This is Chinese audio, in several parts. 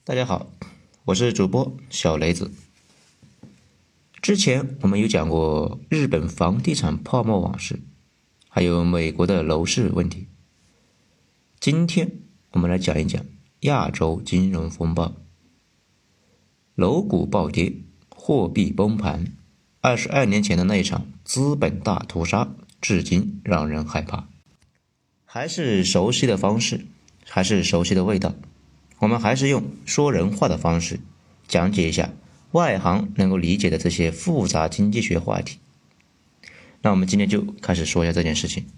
大家好，我是主播小雷子。之前我们有讲过日本房地产泡沫往事，还有美国的楼市问题。今天我们来讲一讲亚洲金融风暴。楼股暴跌，货币崩盘，22年前的那一场资本大屠杀，至今让人害怕。还是熟悉的方式，还是熟悉的味道，我们还是用说人话的方式讲解一下外行能够理解的这些复杂经济学话题。那我们今天就开始说一下这件事情。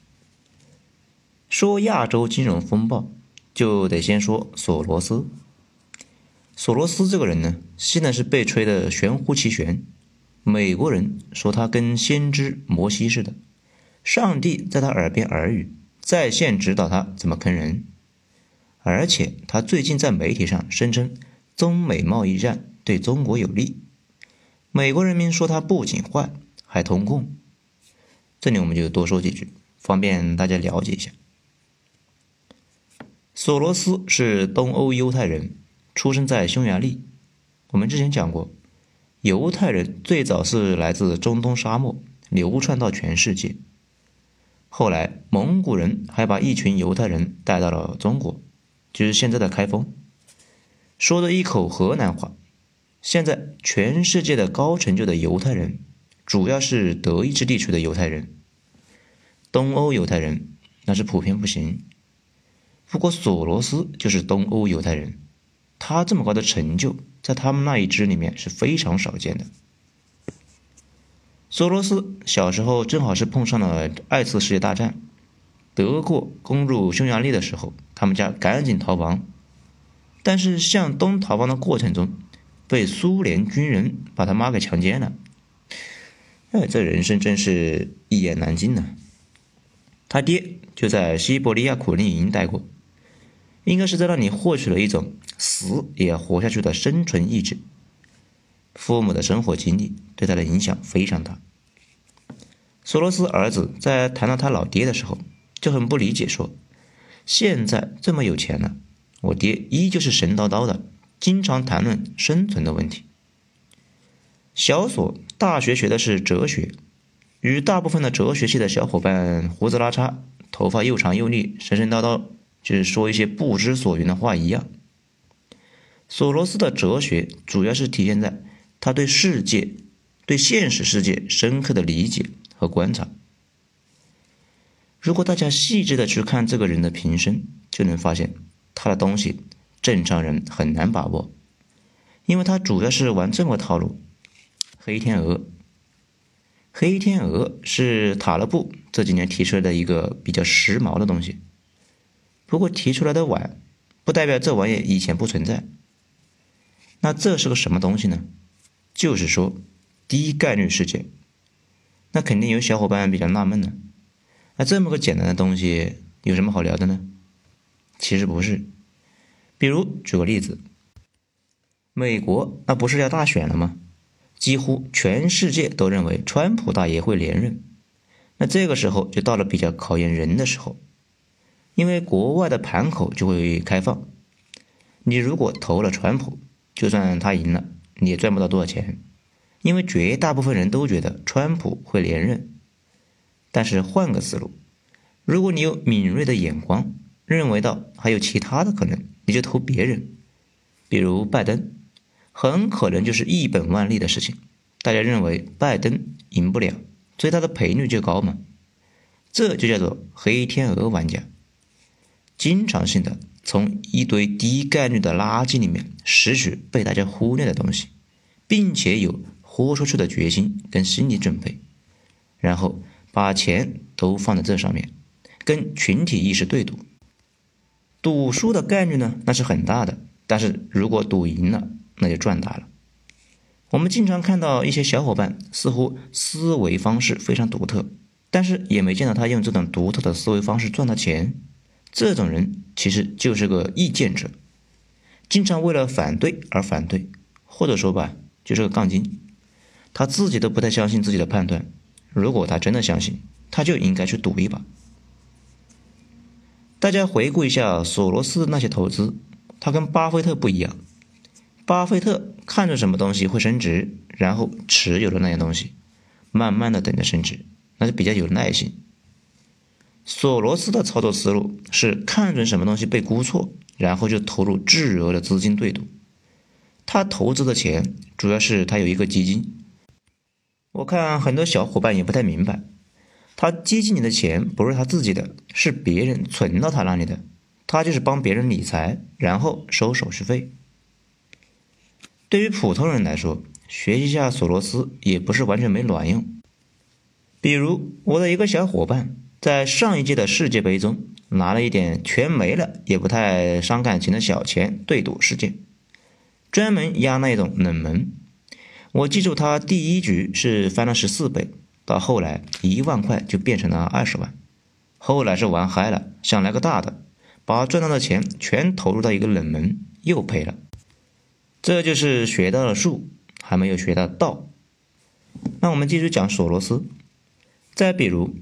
说亚洲金融风暴，就得先说索罗斯。索罗斯这个人呢，现在是被吹得玄乎其玄。美国人说他跟先知摩西似的，上帝在他耳边耳语，在线指导他怎么坑人。而且他最近在媒体上声称中美贸易战对中国有利，美国人民说他不仅坏还通共。这里我们就多说几句，方便大家了解一下。索罗斯是东欧犹太人，出生在匈牙利。我们之前讲过，犹太人最早是来自中东沙漠，流传到全世界。后来蒙古人还把一群犹太人带到了中国，就是现在的开封，说着一口河南话。现在全世界的高成就的犹太人主要是德意志地区的犹太人，东欧犹太人那是普遍不行。不过索罗斯就是东欧犹太人，他这么高的成就在他们那一支里面是非常少见的。索罗斯小时候正好是碰上了2次世界大战，德国攻入匈牙利的时候，他们家赶紧逃亡，但是向东逃亡的过程中被苏联军人把他妈给强奸了。这人生真是一言难尽呢。他爹就在西伯利亚苦力营待过，应该是在那里获取了一种死也要活下去的生存意志。父母的生活经历对他的影响非常大。索罗斯儿子在谈到他老爹的时候就很不理解，说现在这么有钱了，我爹依旧是神叨叨的，经常谈论生存的问题。小索大学学的是哲学，与大部分的哲学系的小伙伴胡子拉碴，头发又长又密，神神叨叨，就是说一些不知所云的话一样。索罗斯的哲学主要是体现在他对世界、对现实世界深刻的理解和观察。如果大家细致的去看这个人的平生，就能发现他的东西正常人很难把握，因为他主要是玩这么个套路。黑天鹅是塔勒布这几年提出来的一个比较时髦的东西，不过提出来的晚，不代表这玩意以前不存在。那这是个什么东西呢？就是说低概率事件。那肯定有小伙伴比较纳闷了，那这么个简单的东西有什么好聊的呢？其实不是。比如举个例子，美国那不是要大选了吗？几乎全世界都认为川普大爷会连任，那这个时候就到了比较考验人的时候，因为国外的盘口就会开放。你如果投了川普，就算他赢了，你也赚不到多少钱，因为绝大部分人都觉得川普会连任。但是换个思路，如果你有敏锐的眼光，认为到还有其他的可能，你就投别人。比如拜登，很可能就是一本万利的事情，大家认为拜登赢不了，所以他的赔率就高嘛。这就叫做黑天鹅玩家，经常性的从一堆低概率的垃圾里面拾取被大家忽略的东西，并且有豁出去的决心跟心理准备，然后把钱都放在这上面，跟群体意识对赌。赌输的概率呢，那是很大的，但是如果赌赢了，那就赚大了。我们经常看到一些小伙伴似乎思维方式非常独特，但是也没见到他用这种独特的思维方式赚到钱。这种人其实就是个意见者，经常为了反对而反对，或者说吧，就是个杠精。他自己都不太相信自己的判断，如果他真的相信，他就应该去赌一把。大家回顾一下索罗斯那些投资， 他跟巴菲特不一样，巴菲特看中什么东西会升值，然后持有了那些东西，慢慢的等着升值，那是比较有耐心。索罗斯的操作思路是看准什么东西被估错，然后就投入巨额的资金对赌。他投资的钱主要是他有一个基金。我看很多小伙伴也不太明白，他基金里的钱不是他自己的，是别人存到他那里的，他就是帮别人理财，然后收手续费。对于普通人来说，学习一下索罗斯也不是完全没卵用。比如我的一个小伙伴在上一届的世界杯中拿了一点全没了也不太伤感情的小钱对赌事件，专门压那种冷门。我记住他第一局是翻了14倍，到后来1万块就变成了20万。后来是玩嗨了，想来个大的，把赚到的钱全投入到一个冷门，又赔了。这就是学到了术，还没有学到道。那我们继续讲索罗斯。再比如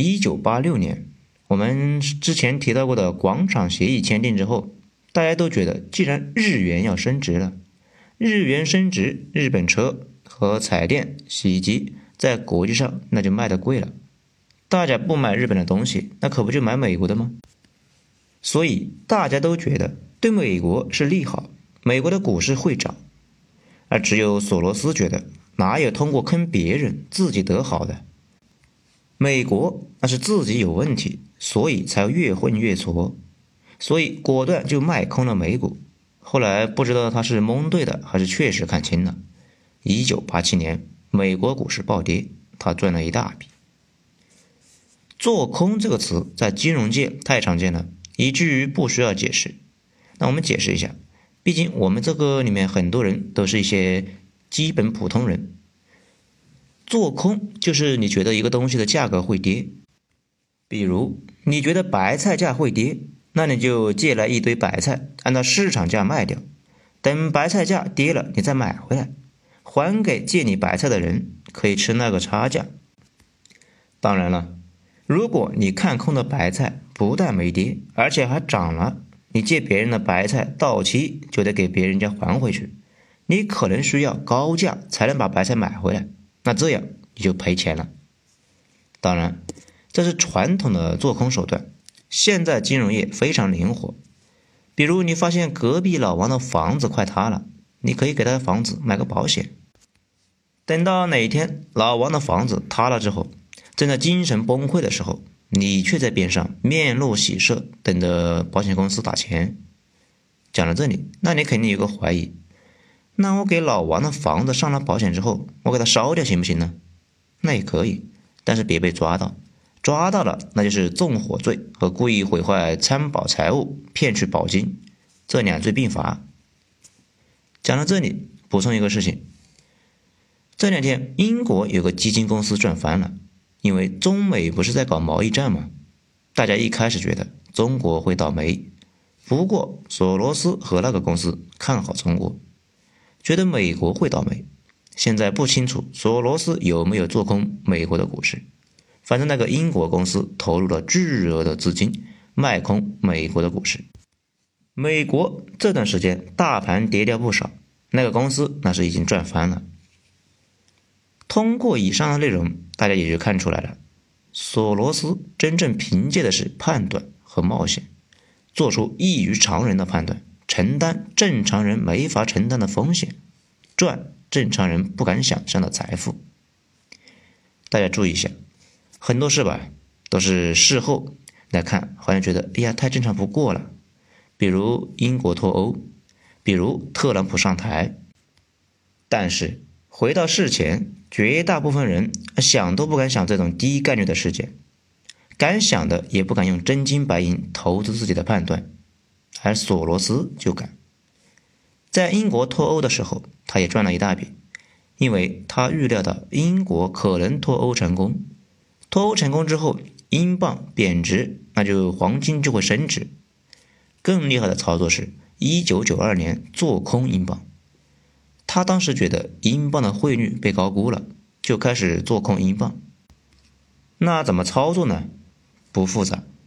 1986年，我们之前提到过的广场协议签订之后，大家都觉得既然日元要升值了，日元升值，日本车和彩电、洗衣机在国际上那就卖得贵了，大家不买日本的东西，那可不就买美国的吗？所以大家都觉得对美国是利好，美国的股市会涨。而只有索罗斯觉得哪有通过坑别人自己得好的，美国那是自己有问题，所以才越混越挫，所以果断就卖空了美股。后来不知道他是蒙对的还是确实看清了。1987年美国股市暴跌，他赚了一大笔。做空这个词在金融界太常见了，以至于不需要解释。那我们解释一下，毕竟我们这个里面很多人都是一些基本普通人。做空就是你觉得一个东西的价格会跌，比如你觉得白菜价会跌，那你就借来一堆白菜，按照市场价卖掉，等白菜价跌了你再买回来，还给借你白菜的人，可以吃那个差价。当然了，如果你看空的白菜不但没跌，而且还涨了，你借别人的白菜到期就得给别人家还回去，你可能需要高价才能把白菜买回来，那这样你就赔钱了。当然，这是传统的做空手段，现在金融业非常灵活。比如你发现隔壁老王的房子快塌了，你可以给他的房子买个保险，等到哪天老王的房子塌了之后，正在精神崩溃的时候，你却在边上面露喜色，等着保险公司打钱。讲到这里，那你肯定有个怀疑，那我给老王的房子上了保险之后，我给他烧掉行不行呢？那也可以，但是别被抓到，抓到了那就是纵火罪和故意毁坏参保财物骗取保金，这2罪并罚。讲到这里，补充一个事情，这2天英国有个基金公司赚翻了，因为中美不是在搞贸易战吗？大家一开始觉得中国会倒霉，不过索罗斯和那个公司看好中国，觉得美国会倒霉。现在不清楚索罗斯有没有做空美国的股市，反正那个英国公司投入了巨额的资金卖空美国的股市。美国这段时间大盘跌掉不少，那个公司那是已经赚翻了。通过以上的内容，大家也就看出来了，索罗斯真正凭借的是判断和冒险，做出异于常人的判断，承担正常人没法承担的风险，赚正常人不敢想象的财富。大家注意一下，很多事吧都是事后来看，好像觉得哎呀太正常不过了，比如英国脱欧，比如特朗普上台。但是回到事前，绝大部分人想都不敢想这种低概率的事件，敢想的也不敢用真金白银投资自己的判断，而索罗斯就敢。在英国脱欧的时候，他也赚了一大笔，因为他预料到英国可能脱欧成功，脱欧成功之后英镑贬值，那就黄金就会升值。更厉害的操作是1992年做空英镑，他当时觉得英镑的汇率被高估了，就开始做空英镑。那怎么操作呢？不复杂，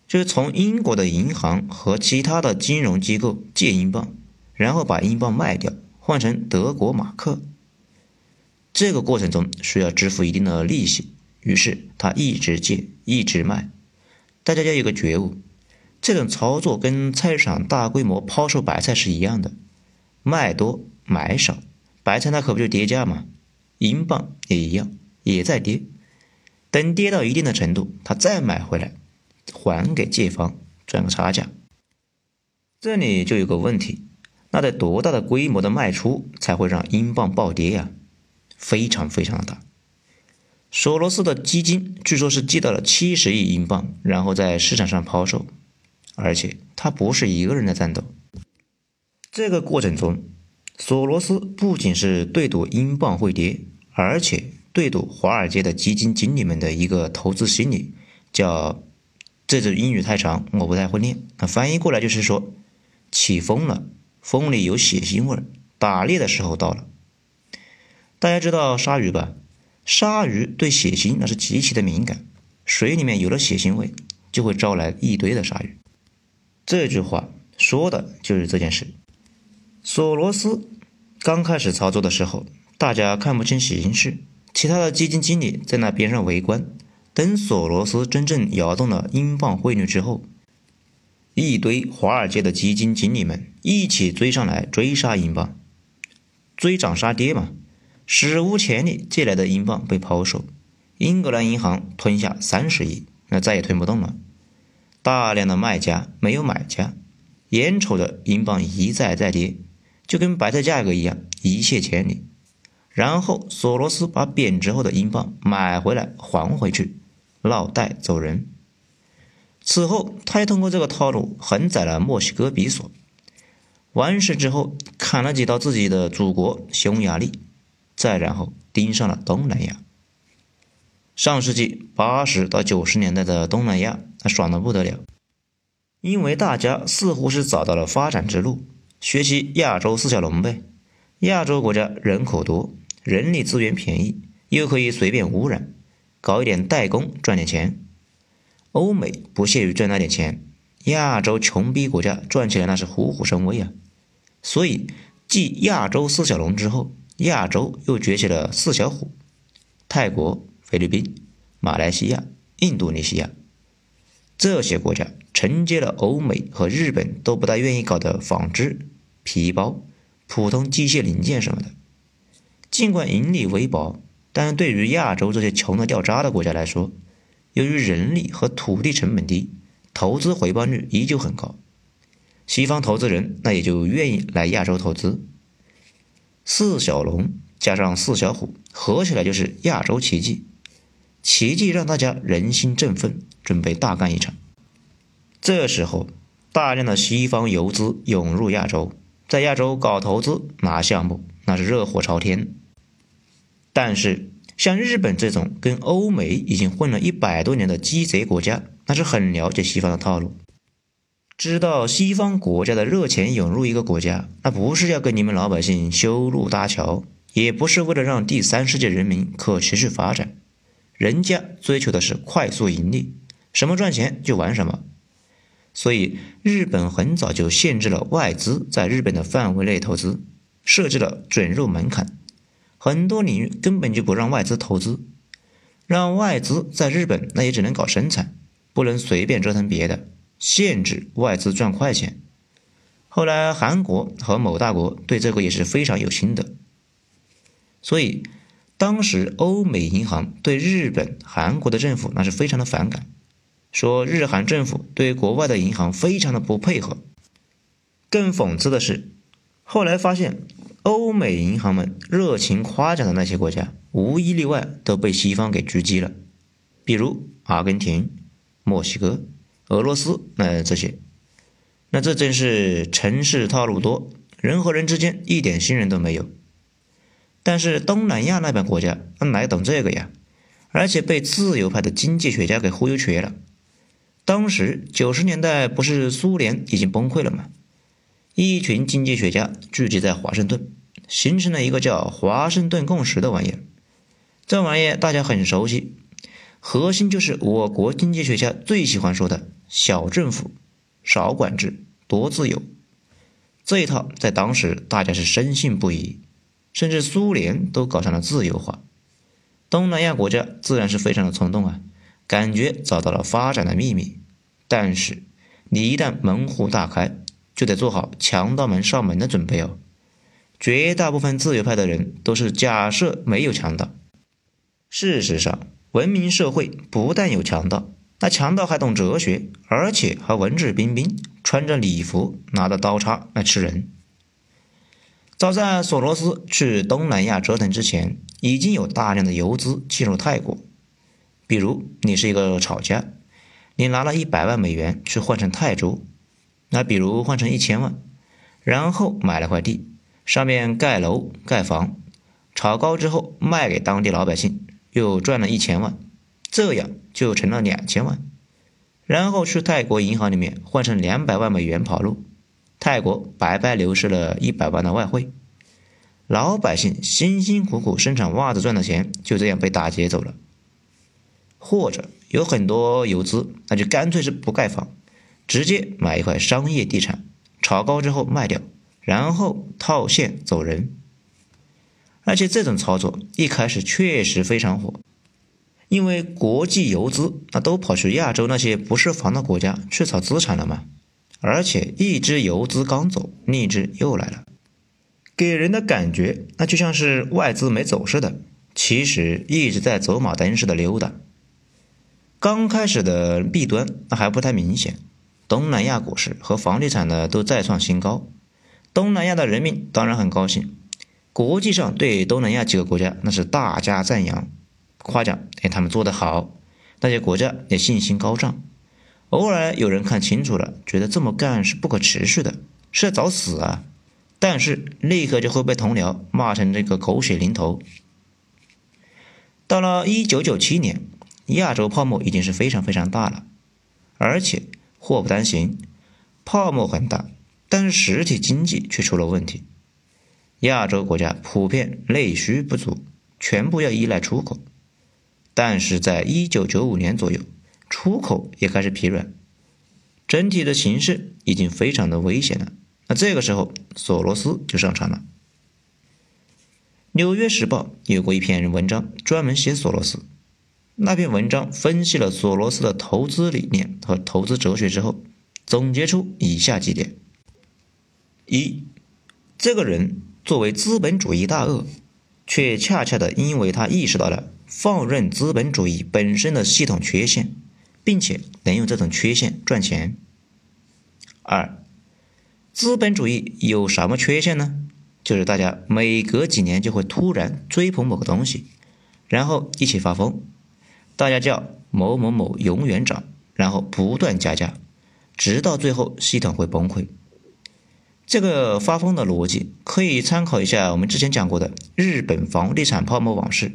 就是从英国的银行和其他的金融机构借英镑，然后把英镑卖掉，换成德国马克。这个过程中需要支付一定的利息，于是他一直借，一直卖。大家要有个觉悟，这种操作跟菜市场大规模抛售白菜是一样的，卖多买少，白菜那可不就跌价吗？英镑也一样，也在跌。等跌到一定的程度，他再买回来，还给借方，赚个差价。这里就有个问题，那得多大的规模的卖出才会让英镑暴跌呀？非常非常的大。索罗斯的基金据说是借到了70亿英镑，然后在市场上抛售，而且他不是一个人在战斗。这个过程中，索罗斯不仅是对赌英镑会跌，而且对赌华尔街的基金经理们的一个投资心理，叫，这字英语太长我不太会念，翻译过来就是说起风了，风里有血腥味，打猎的时候到了。大家知道鲨鱼吧？鲨鱼对血腥那是极其的敏感，水里面有了血腥味，就会招来一堆的鲨鱼。这句话说的就是这件事。索罗斯刚开始操作的时候，大家看不清形势，其他的基金经理在那边上围观。等索罗斯真正摇动了英镑汇率之后，一堆华尔街的基金经理们一起追上来追杀英镑，追涨杀跌嘛，史无前例借来的英镑被抛售，英格兰银行吞下30亿，那再也吞不动了。大量的卖家没有买家，眼瞅着英镑一再再跌，就跟白菜价格一样，一泻千里。然后索罗斯把贬值后的英镑买回来还回去，落袋走人。此后他又通过这个套路横宰了墨西哥比索，完事之后砍了几刀自己的祖国匈牙利，再然后盯上了东南亚。上世纪80到90年代的东南亚那爽得不得了，因为大家似乎是找到了发展之路，学习亚洲四小龙呗。亚洲国家人口多，人力资源便宜，又可以随便污染，搞一点代工赚点钱。欧美不屑于赚那点钱，亚洲穷逼国家赚起来那是虎虎生威啊。所以继亚洲四小龙之后，亚洲又崛起了四小虎：泰国、菲律宾、马来西亚、印度尼西亚。这些国家承接了欧美和日本都不大愿意搞的纺织、皮包、普通机械零件什么的。尽管盈利微薄，但对于亚洲这些穷得掉渣的国家来说，由于人力和土地成本低，投资回报率依旧很高，西方投资人那也就愿意来亚洲投资。四小龙加上四小虎合起来就是亚洲奇迹，奇迹让大家人心振奋，准备大干一场。这时候大量的西方游资涌入亚洲，在亚洲搞投资拿项目，那是热火朝天。但是像日本这种跟欧美已经混了100多年的鸡贼国家，那是很了解西方的套路，知道西方国家的热钱涌入一个国家，那不是要跟你们老百姓修路搭桥，也不是为了让第三世界人民可持续发展，人家追求的是快速盈利，什么赚钱就玩什么。所以日本很早就限制了外资在日本的范围内投资，设置了准入门槛，很多领域根本就不让外资投资，让外资在日本那也只能搞生产，不能随便折腾别的，限制外资赚快钱。后来韩国和某大国对这个也是非常有心得，所以当时欧美银行对日本、韩国的政府那是非常的反感，说日韩政府对国外的银行非常的不配合。更讽刺的是，后来发现欧美银行们热情夸奖的那些国家，无一例外都被西方给狙击了，比如阿根廷、墨西哥、俄罗斯这些。那这真是城市套路多，人和人之间一点信任都没有。但是东南亚那边国家哪懂这个呀，而且被自由派的经济学家给忽悠瘸了。当时90年代不是苏联已经崩溃了吗？一群经济学家聚集在华盛顿，形成了一个叫华盛顿共识的玩意儿。这玩意儿大家很熟悉，核心就是我国经济学家最喜欢说的小政府、少管制、多自由。这一套在当时大家是深信不疑，甚至苏联都搞上了自由化。东南亚国家自然是非常的冲动啊，感觉找到了发展的秘密。但是你一旦门户大开，就得做好强盗们上门的准备哦。绝大部分自由派的人都是假设没有强盗。事实上，文明社会不但有强盗，那强盗还懂哲学，而且还文质彬彬，穿着礼服，拿着刀叉来吃人。早在索罗斯去东南亚折腾之前，已经有大量的游资进入泰国。比如你是一个炒家，你拿了100万美元去换成泰铢，那比如换成1000万，然后买了块地，上面盖楼盖房，炒高之后卖给当地老百姓，又赚了1000万，这样就成了2000万。然后去泰国银行里面换成200万美元跑路，泰国白白流失了100万的外汇，老百姓辛辛苦苦生产袜子赚的钱就这样被打劫走了。或者有很多游资，那就干脆是不盖房，直接买一块商业地产，炒高之后卖掉，然后套现走人。而且这种操作一开始确实非常火，因为国际游资那都跑去亚洲那些不是房的国家去炒资产了嘛，而且一只游资刚走，另一只又来了，给人的感觉那就像是外资没走似的，其实一直在走马灯似的溜达。刚开始的弊端那还不太明显，东南亚股市和房地产呢都再创新高，东南亚的人民当然很高兴，国际上对东南亚几个国家那是大加赞扬，夸奖他们做得好，那些国家也信心高涨。偶尔有人看清楚了，觉得这么干是不可持续的，是在找死啊，但是立刻就会被同僚骂成这个狗血淋头。到了1997年，亚洲泡沫已经是非常非常大了，而且祸不单行，泡沫很大，但是实体经济却出了问题。亚洲国家普遍内需不足，全部要依赖出口。但是在1995年左右，出口也开始疲软，整体的形势已经非常的危险了。那这个时候索罗斯就上场了。纽约时报有过一篇文章专门写索罗斯，那篇文章分析了索罗斯的投资理念和投资哲学之后，总结出以下几点：一，这个人作为资本主义大鳄，却恰恰的因为他意识到了放任资本主义本身的系统缺陷，并且能用这种缺陷赚钱。二，资本主义有什么缺陷呢？就是大家每隔几年就会突然追捧某个东西，然后一起发疯，大家叫某某某永远涨，然后不断加价，直到最后系统会崩溃。这个发疯的逻辑可以参考一下我们之前讲过的日本房地产泡沫往事。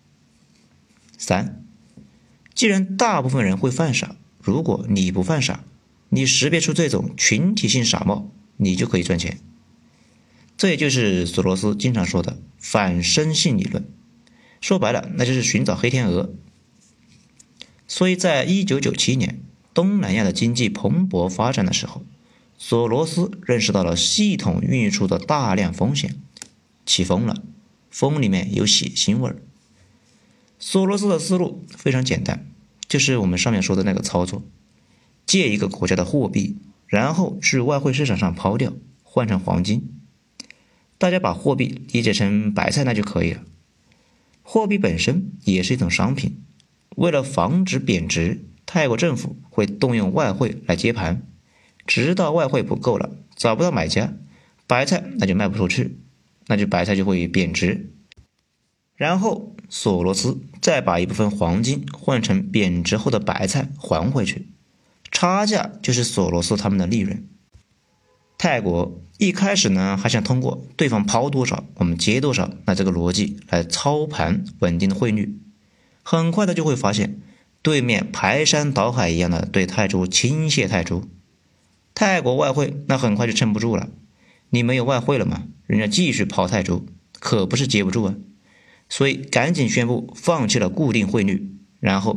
三，既然大部分人会犯傻，如果你不犯傻，你识别出这种群体性傻帽，你就可以赚钱。这也就是索罗斯经常说的反生性理论，说白了那就是寻找黑天鹅。所以在1997年东南亚的经济蓬勃发展的时候，索罗斯认识到了系统孕育出的大量风险，起风了，风里面有血腥味。索罗斯的思路非常简单，就是我们上面说的那个操作，借一个国家的货币，然后去外汇市场上抛掉，换成黄金。大家把货币理解成白菜那就可以了。货币本身也是一种商品，为了防止贬值，泰国政府会动用外汇来接盘，直到外汇不够了，找不到买家，白菜那就卖不出去，那就白菜就会贬值。然后索罗斯再把一部分黄金换成贬值后的白菜还回去，差价就是索罗斯他们的利润。泰国一开始呢，还想通过对方抛多少我们接多少，那这个逻辑来操盘稳定的汇率，很快的就会发现对面排山倒海一样的对泰铢倾泻泰铢，泰国外汇那很快就撑不住了，你没有外汇了嘛，人家继续抛泰铢，可不是接不住啊，所以赶紧宣布放弃了固定汇率，然后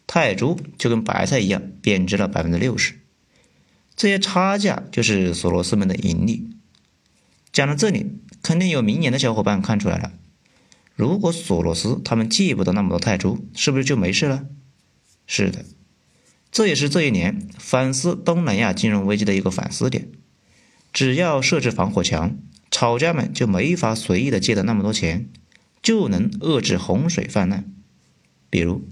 泰铢就跟白菜一样贬值了 60%。这些差价就是索罗斯们的盈利。讲到这里，肯定有明眼的小伙伴看出来了，如果索罗斯他们借不到那么多泰铢，是不是就没事了？是的，这也是这一年反思东南亚金融危机的一个反思点。只要设置防火墙，炒家们就没法随意的借到那么多钱，就能遏制洪水泛滥。比如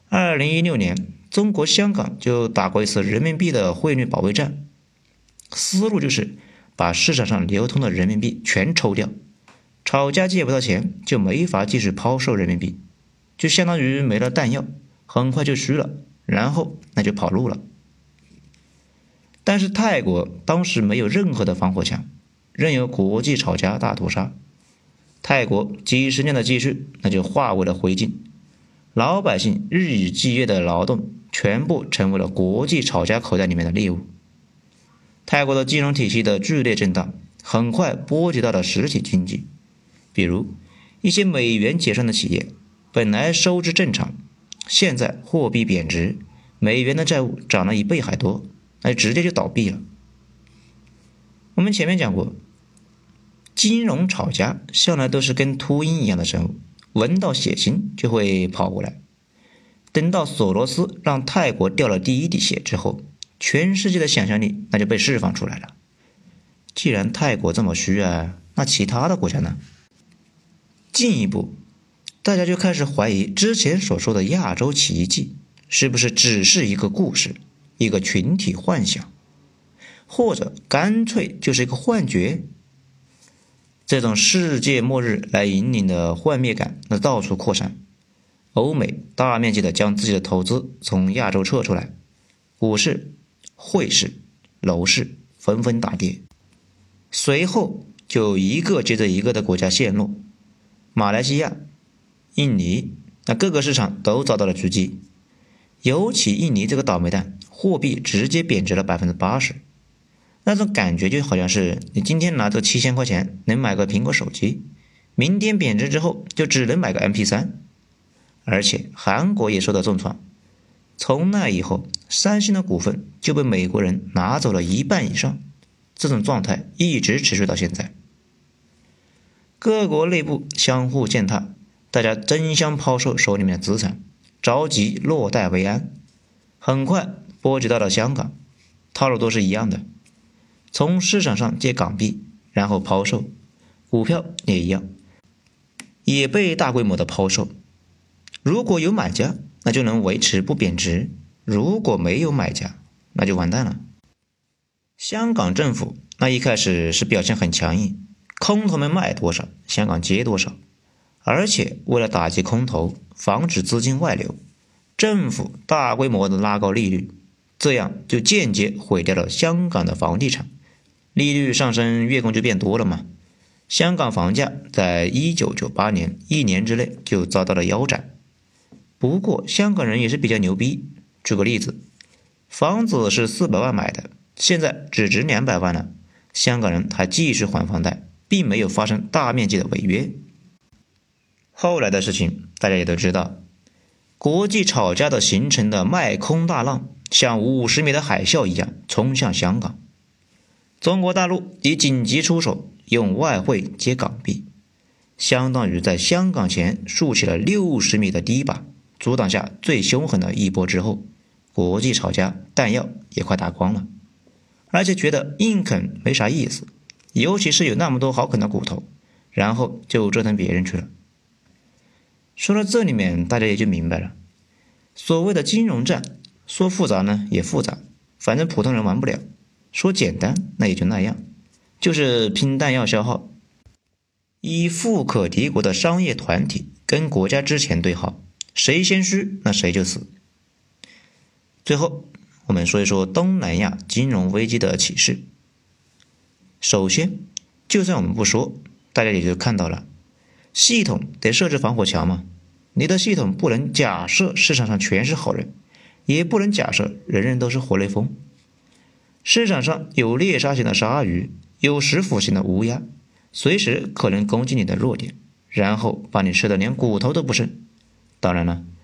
2016年中国香港就打过一次人民币的汇率保卫战，思路就是把市场上流通的人民币全抽掉，炒家借不到钱就没法继续抛售人民币，就相当于没了弹药，很快就虚了，然后那就跑路了。但是泰国当时没有任何的防火墙，任由国际炒家大屠杀，泰国几十年的积蓄那就化为了灰烬，老百姓日以继夜的劳动全部成为了国际炒家口袋里面的猎物。泰国的金融体系的剧烈震荡很快波及到了实体经济，比如一些美元结算的企业本来收支正常，现在货币贬值，美元的债务涨了1倍还多，那直接就倒闭了。我们前面讲过，金融炒家向来都是跟秃鹰一样的生物，闻到血腥就会跑过来。等到索罗斯让泰国掉了第一滴血之后，全世界的想象力那就被释放出来了。既然泰国这么虚啊，那其他的国家呢？进一步，大家就开始怀疑之前所说的亚洲奇迹是不是只是一个故事，一个群体幻想，或者干脆就是一个幻觉。这种世界末日来引领的幻灭感那到处扩散，欧美大面积的将自己的投资从亚洲撤出来，股市、汇市、楼市纷纷大跌，随后就一个接着一个的国家陷落，马来西亚、印尼那各个市场都遭到了狙击，尤其印尼这个倒霉蛋，货币直接贬值了 80%， 那种感觉就好像是你今天拿着7000块钱能买个苹果手机，明天贬值之后就只能买个 MP3。 而且韩国也受到重创，从那以后三星的股份就被美国人拿走了1半以上，这种状态一直持续到现在。各国内部相互践踏，大家争相抛售手里面的资产，着急落袋为安，很快波及到了香港，套路都是一样的，从市场上借港币然后抛售，股票也一样，也被大规模的抛售。如果有买家，那就能维持不贬值，如果没有买家，那就完蛋了。香港政府那一开始是表现很强硬，空头们卖多少，香港接多少，而且为了打击空头，防止资金外流，政府大规模的拉高利率，这样就间接毁掉了香港的房地产，利率上升，月供就变多了嘛。香港房价在1998年1年之内就遭到了腰斩。不过香港人也是比较牛逼，举个例子，房子是400万买的，现在只值200万了，香港人还继续还房贷，并没有发生大面积的违约。后来的事情大家也都知道，国际炒家的形成的卖空大浪像50米的海啸一样冲向香港，中国大陆以紧急出手，用外汇接港币，相当于在香港前竖起了60米的堤坝，阻挡下最凶狠的一波之后，国际炒家弹药也快打光了，而且觉得硬啃没啥意思，尤其是有那么多好啃的骨头，然后就折腾别人去了。说到这里面，大家也就明白了，所谓的金融战，说复杂呢也复杂，反正普通人玩不了，说简单那也就那样，就是拼弹药消耗，以富可敌国的商业团体跟国家之前对号，谁先虚那谁就死。最后我们说一说东南亚金融危机的启示。首先，就算我们不说，大家也就看到了，系统得设置防火墙嘛，你的系统不能假设市场上全是好人，也不能假设人人都是活雷锋。市场上有猎杀型的鲨鱼，有食腐型的乌鸦，随时可能攻击你的弱点，然后把你吃的连骨头都不剩。当然了，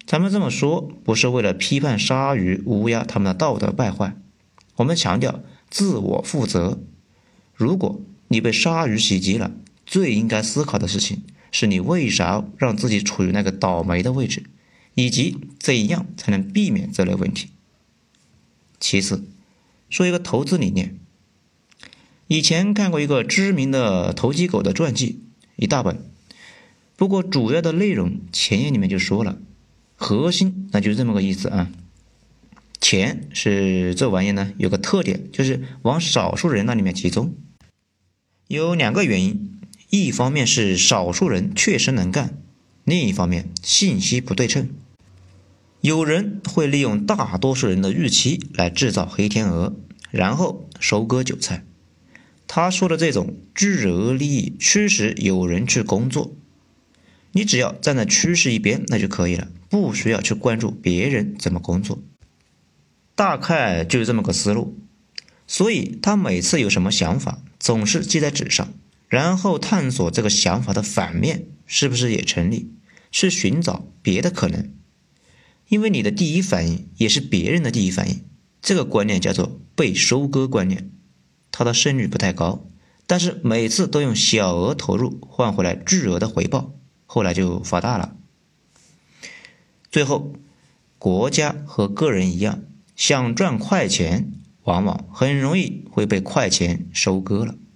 咱们这么说不是为了批判鲨鱼、乌鸦他们的道德败坏，我们强调自我负责。如果你被鲨鱼袭击了，最应该思考的事情是你为啥让自己处于那个倒霉的位置，以及怎样才能避免这类问题。其次，说一个投资理念。以前看过一个知名的投机狗的传记，一大本，不过主要的内容前言里面就说了，核心那就这么个意思啊。钱是这玩意呢，有个特点，就是往少数人那里面集中。有2个原因，一方面是少数人确实能干，另一方面信息不对称。有人会利用大多数人的预期来制造黑天鹅，然后收割韭菜。他说的这种巨额利益驱使有人去工作，你只要站在趋势一边那就可以了，不需要去关注别人怎么工作。大概就是这么个思路。所以他每次有什么想法总是记在纸上，然后探索这个想法的反面是不是也成立，去寻找别的可能。因为你的第一反应也是别人的第一反应，这个观念叫做被收割观念。它的胜率不太高，但是每次都用小额投入换回来巨额的回报，后来就发大了。最后，国家和个人一样，想赚快钱，往往很容易会被快钱收割了。